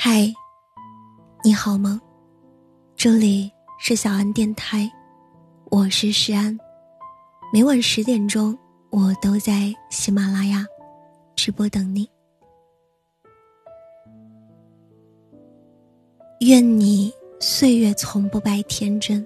嗨，你好吗？这里是小安电台，我是诗安。每晚10点钟，我都在喜马拉雅直播等你。愿你岁月从不败天真。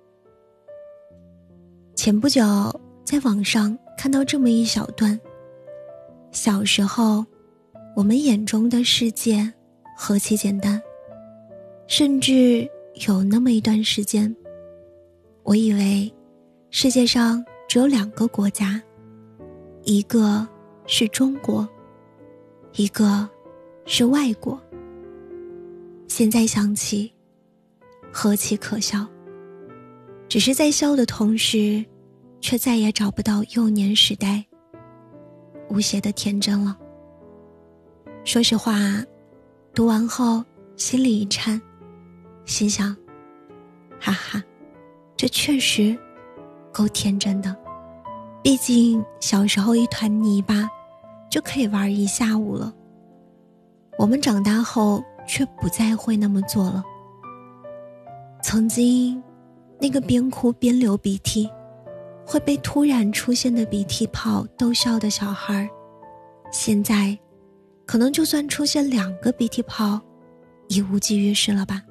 前不久在网上看到这么一小段，小时候我们眼中的世界何其简单，甚至有那么一段时间，我以为世界上只有2个国家，一个是中国，一个是外国。现在想起何其可笑，只是在笑的同时，却再也找不到幼年时代无邪的天真了。说实话，读完后心里一颤，心想哈哈，这确实够天真的。毕竟小时候一团泥巴就可以玩一下午了，我们长大后却不再会那么做了。曾经那个边哭边流鼻涕，会被突然出现的鼻涕泡逗笑的小孩，现在可能就算出现2个鼻涕泡也无济于事了吧。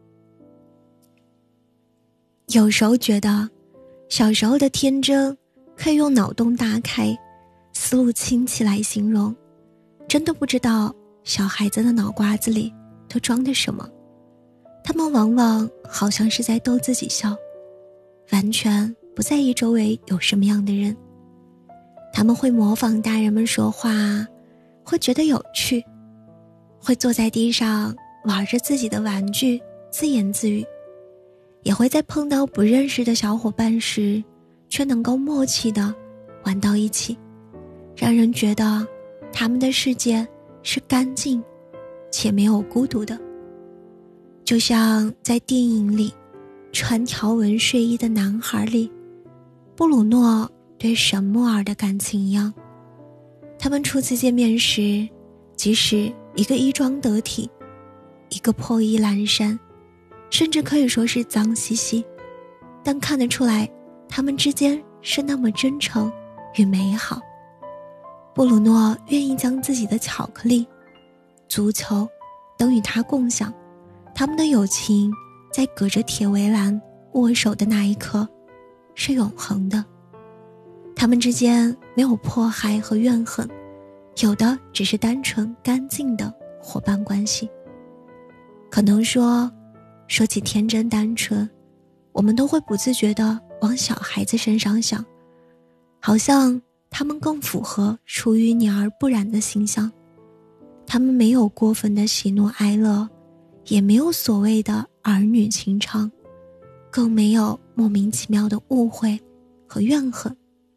有时候觉得小时候的天真可以用脑洞大开、思路清奇来形容，真的不知道小孩子的脑瓜子里都装的什么。他们往往好像是在逗自己笑，完全不在意周围有什么样的人。他们会模仿大人们说话，会觉得有趣，会坐在地上玩着自己的玩具自言自语，也会在碰到不认识的小伙伴时却能够默契地玩到一起，让人觉得他们的世界是干净且没有孤独的。就像在电影里穿条纹睡衣的男孩里布鲁诺对沈默尔的感情一样。他们初次见面时，即使一个衣装得体，一个破衣烂衫，甚至可以说是脏兮兮，但看得出来他们之间是那么真诚与美好。布鲁诺愿意将自己的巧克力、足球等与他共享，他们的友情在隔着铁围栏握手的那一刻是永恒的。他们之间没有迫害和怨恨，有的只是单纯干净的伙伴关系。可能说起天真单纯，我们都会不自觉地往小孩子身上想，好像他们更符合出淤泥而不染的形象。他们没有过分的喜怒哀乐，也没有所谓的儿女情长，更没有莫名其妙的误会和怨恨。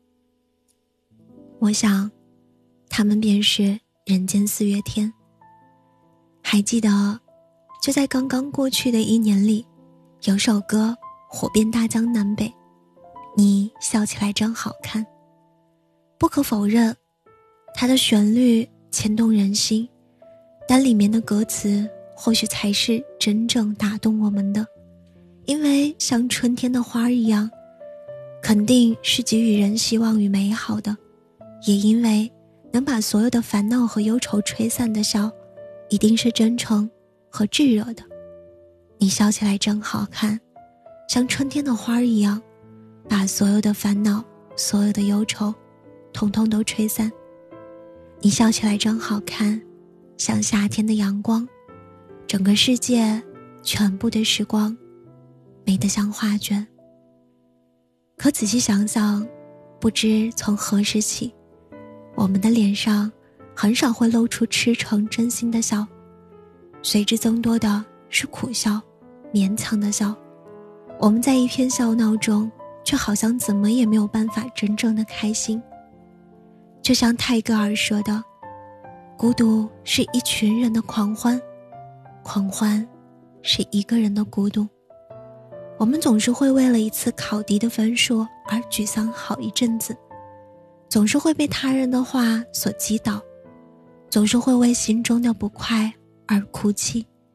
我想他们便是人间4月天。还记得就在刚刚过去的1年里，有首歌火遍大江南北，你笑起来真好看。不可否认，它的旋律牵动人心，但里面的歌词或许才是真正打动我们的。因为像春天的花一样，肯定是给予人希望与美好的，也因为能把所有的烦恼和忧愁吹散的笑，一定是真诚和炙热的。你笑起来真好看，像春天的花一样，把所有的烦恼、所有的忧愁统统都吹散。你笑起来真好看，像夏天的阳光，整个世界全部的时光美得像画卷。可仔细想想，不知从何时起，我们的脸上很少会露出赤诚真心的笑，随之增多的是苦笑、勉强的笑。我们在一片笑闹中，却好像怎么也没有办法真正的开心。就像泰戈尔说的，孤独是一群人的狂欢，狂欢是一个人的孤独。我们总是会为了一次考题的分数而沮丧好一阵子，总是会被他人的话所击倒，总是会为心中的不快而哭泣，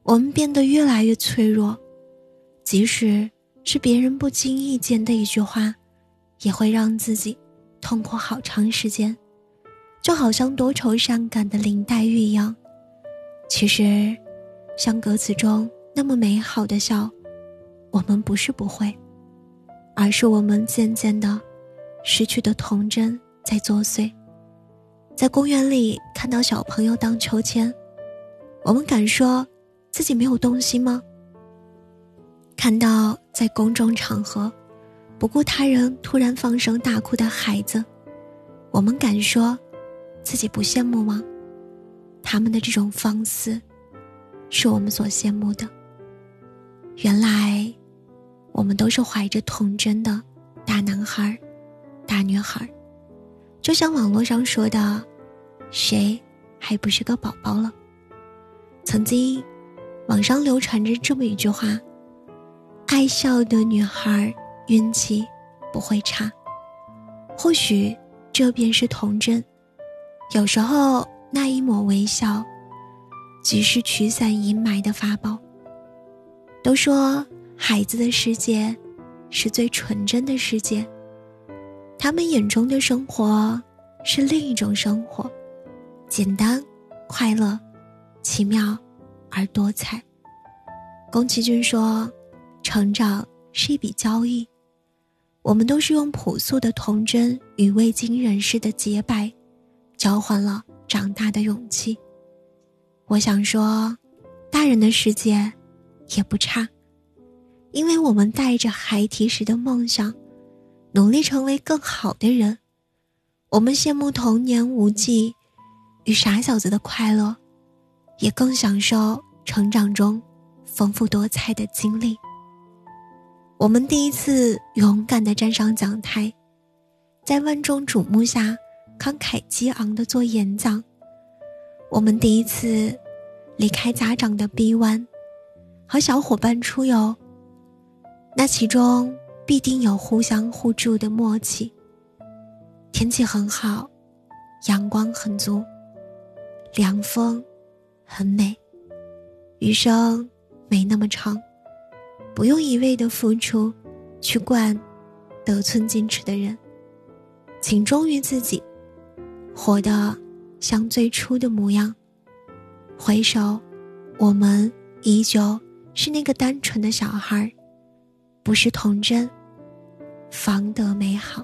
我们变得越来越脆弱，即使是别人不经意间的一句话，也会让自己痛苦好长时间，就好像多愁善感的林黛玉一样。其实像歌词中那么美好的笑，我们不是不会，而是我们渐渐的失去的童真在作祟。在公园里看到小朋友荡秋千，我们敢说自己没有动心吗？看到在公众场合不顾他人突然放声大哭的孩子，我们敢说自己不羡慕吗？他们的这种放肆是我们所羡慕的。原来我们都是怀着童真的大男孩大女孩，就像网络上说的，谁还不是个宝宝了。曾经网上流传着这么一句话，爱笑的女孩运气不会差。或许这便是童真，有时候那一抹微笑即是驱散阴霾的法宝。都说孩子的世界是最纯真的世界，他们眼中的生活是另一种生活，简单、快乐、奇妙而多彩。宫崎骏说，成长是一笔交易，我们都是用朴素的童真与未经人事的洁白，交换了长大的勇气。我想说，大人的世界也不差，因为我们带着孩提时的梦想，努力成为更好的人。我们羡慕童年无忌与傻小子的快乐，也更享受成长中丰富多彩的经历。我们第一次勇敢地站上讲台，在万众瞩目下慷慨激昂地做演讲。我们第一次离开家长的臂弯，和小伙伴出游，那其中必定有互相互助的默契。天气很好，阳光很足，凉风很美，余生没那么长，不用一味的付出去惯得寸进尺的人，请忠于自己，活得像最初的模样。回首，我们依旧是那个单纯的小孩，不是童真，方得美好。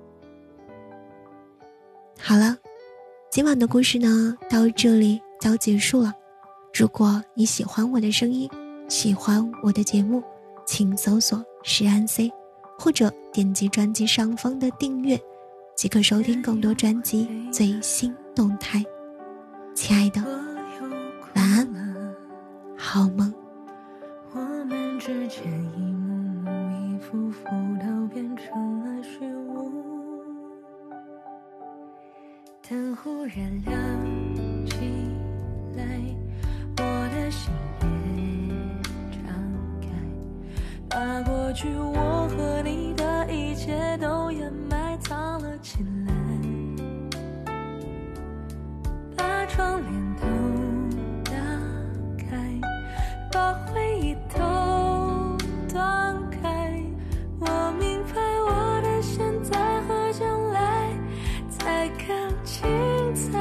好了，今晚的故事呢，到这里就要结束了。如果你喜欢我的声音，喜欢我的节目，请搜索石安 C， 或者点击专辑上方的订阅，即可收听更多专辑最新动态。亲爱的，晚安，好梦。 我们之间一幕幕一幅幅都变成了虚无，灯忽然亮起来，我的心也敞开，把过去我和你的一切都掩埋藏了起来，把窗帘都打开，把回忆都断开，我明白我的现在和将来才更精彩，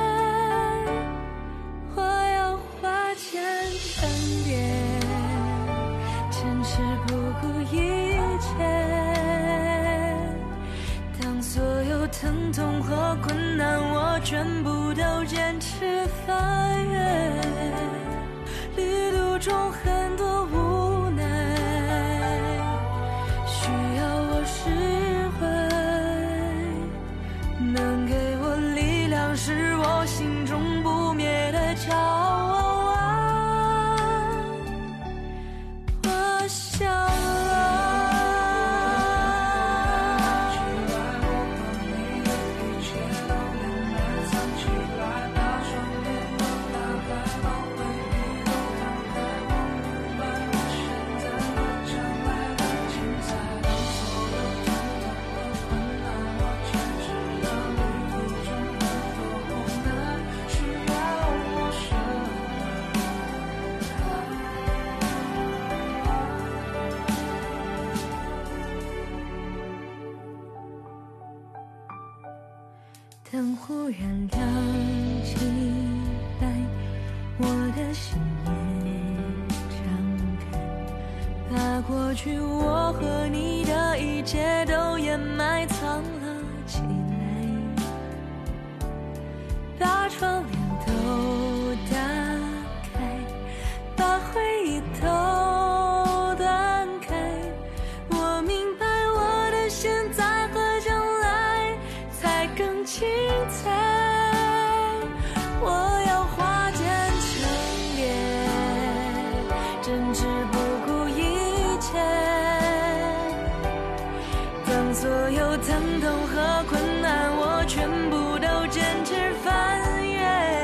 我要花钱更迭，坚持不顾一切，当所有疼痛和困难我全部都坚持翻越，旅途中很多无奈，需要我释怀，能给我力量是我心中不灭的骄傲啊，我想灯忽然亮起来，我的心也张开，把过去我和你的一切都掩埋藏了起来，把窗帘都打开，把回忆都断开，我明白我的现在和将来才更精彩，我要化茧成蝶，真挚不顾一切，当所有疼痛和困难我全部都坚持翻越，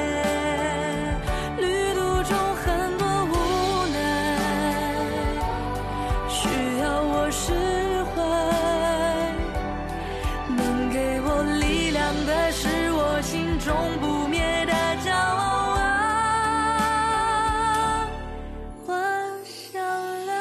旅途中很多无奈需要我释怀，能给我力量的是我心中不灭的骄傲啊，我想了。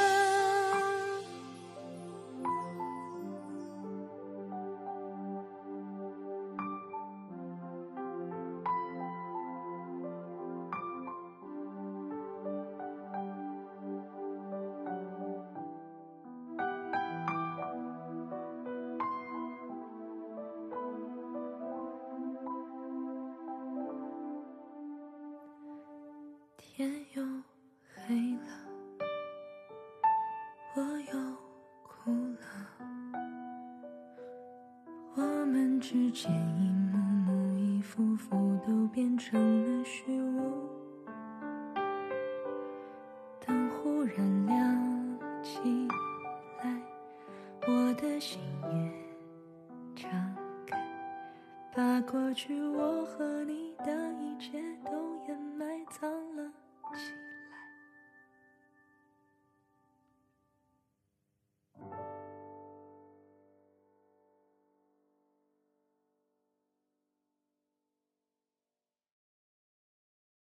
天又黑了，我又哭了，我们之间一幕幕一幅幅都变成了虚无，灯忽然亮起来，我的心也张开，把过去我和你的一切都掩埋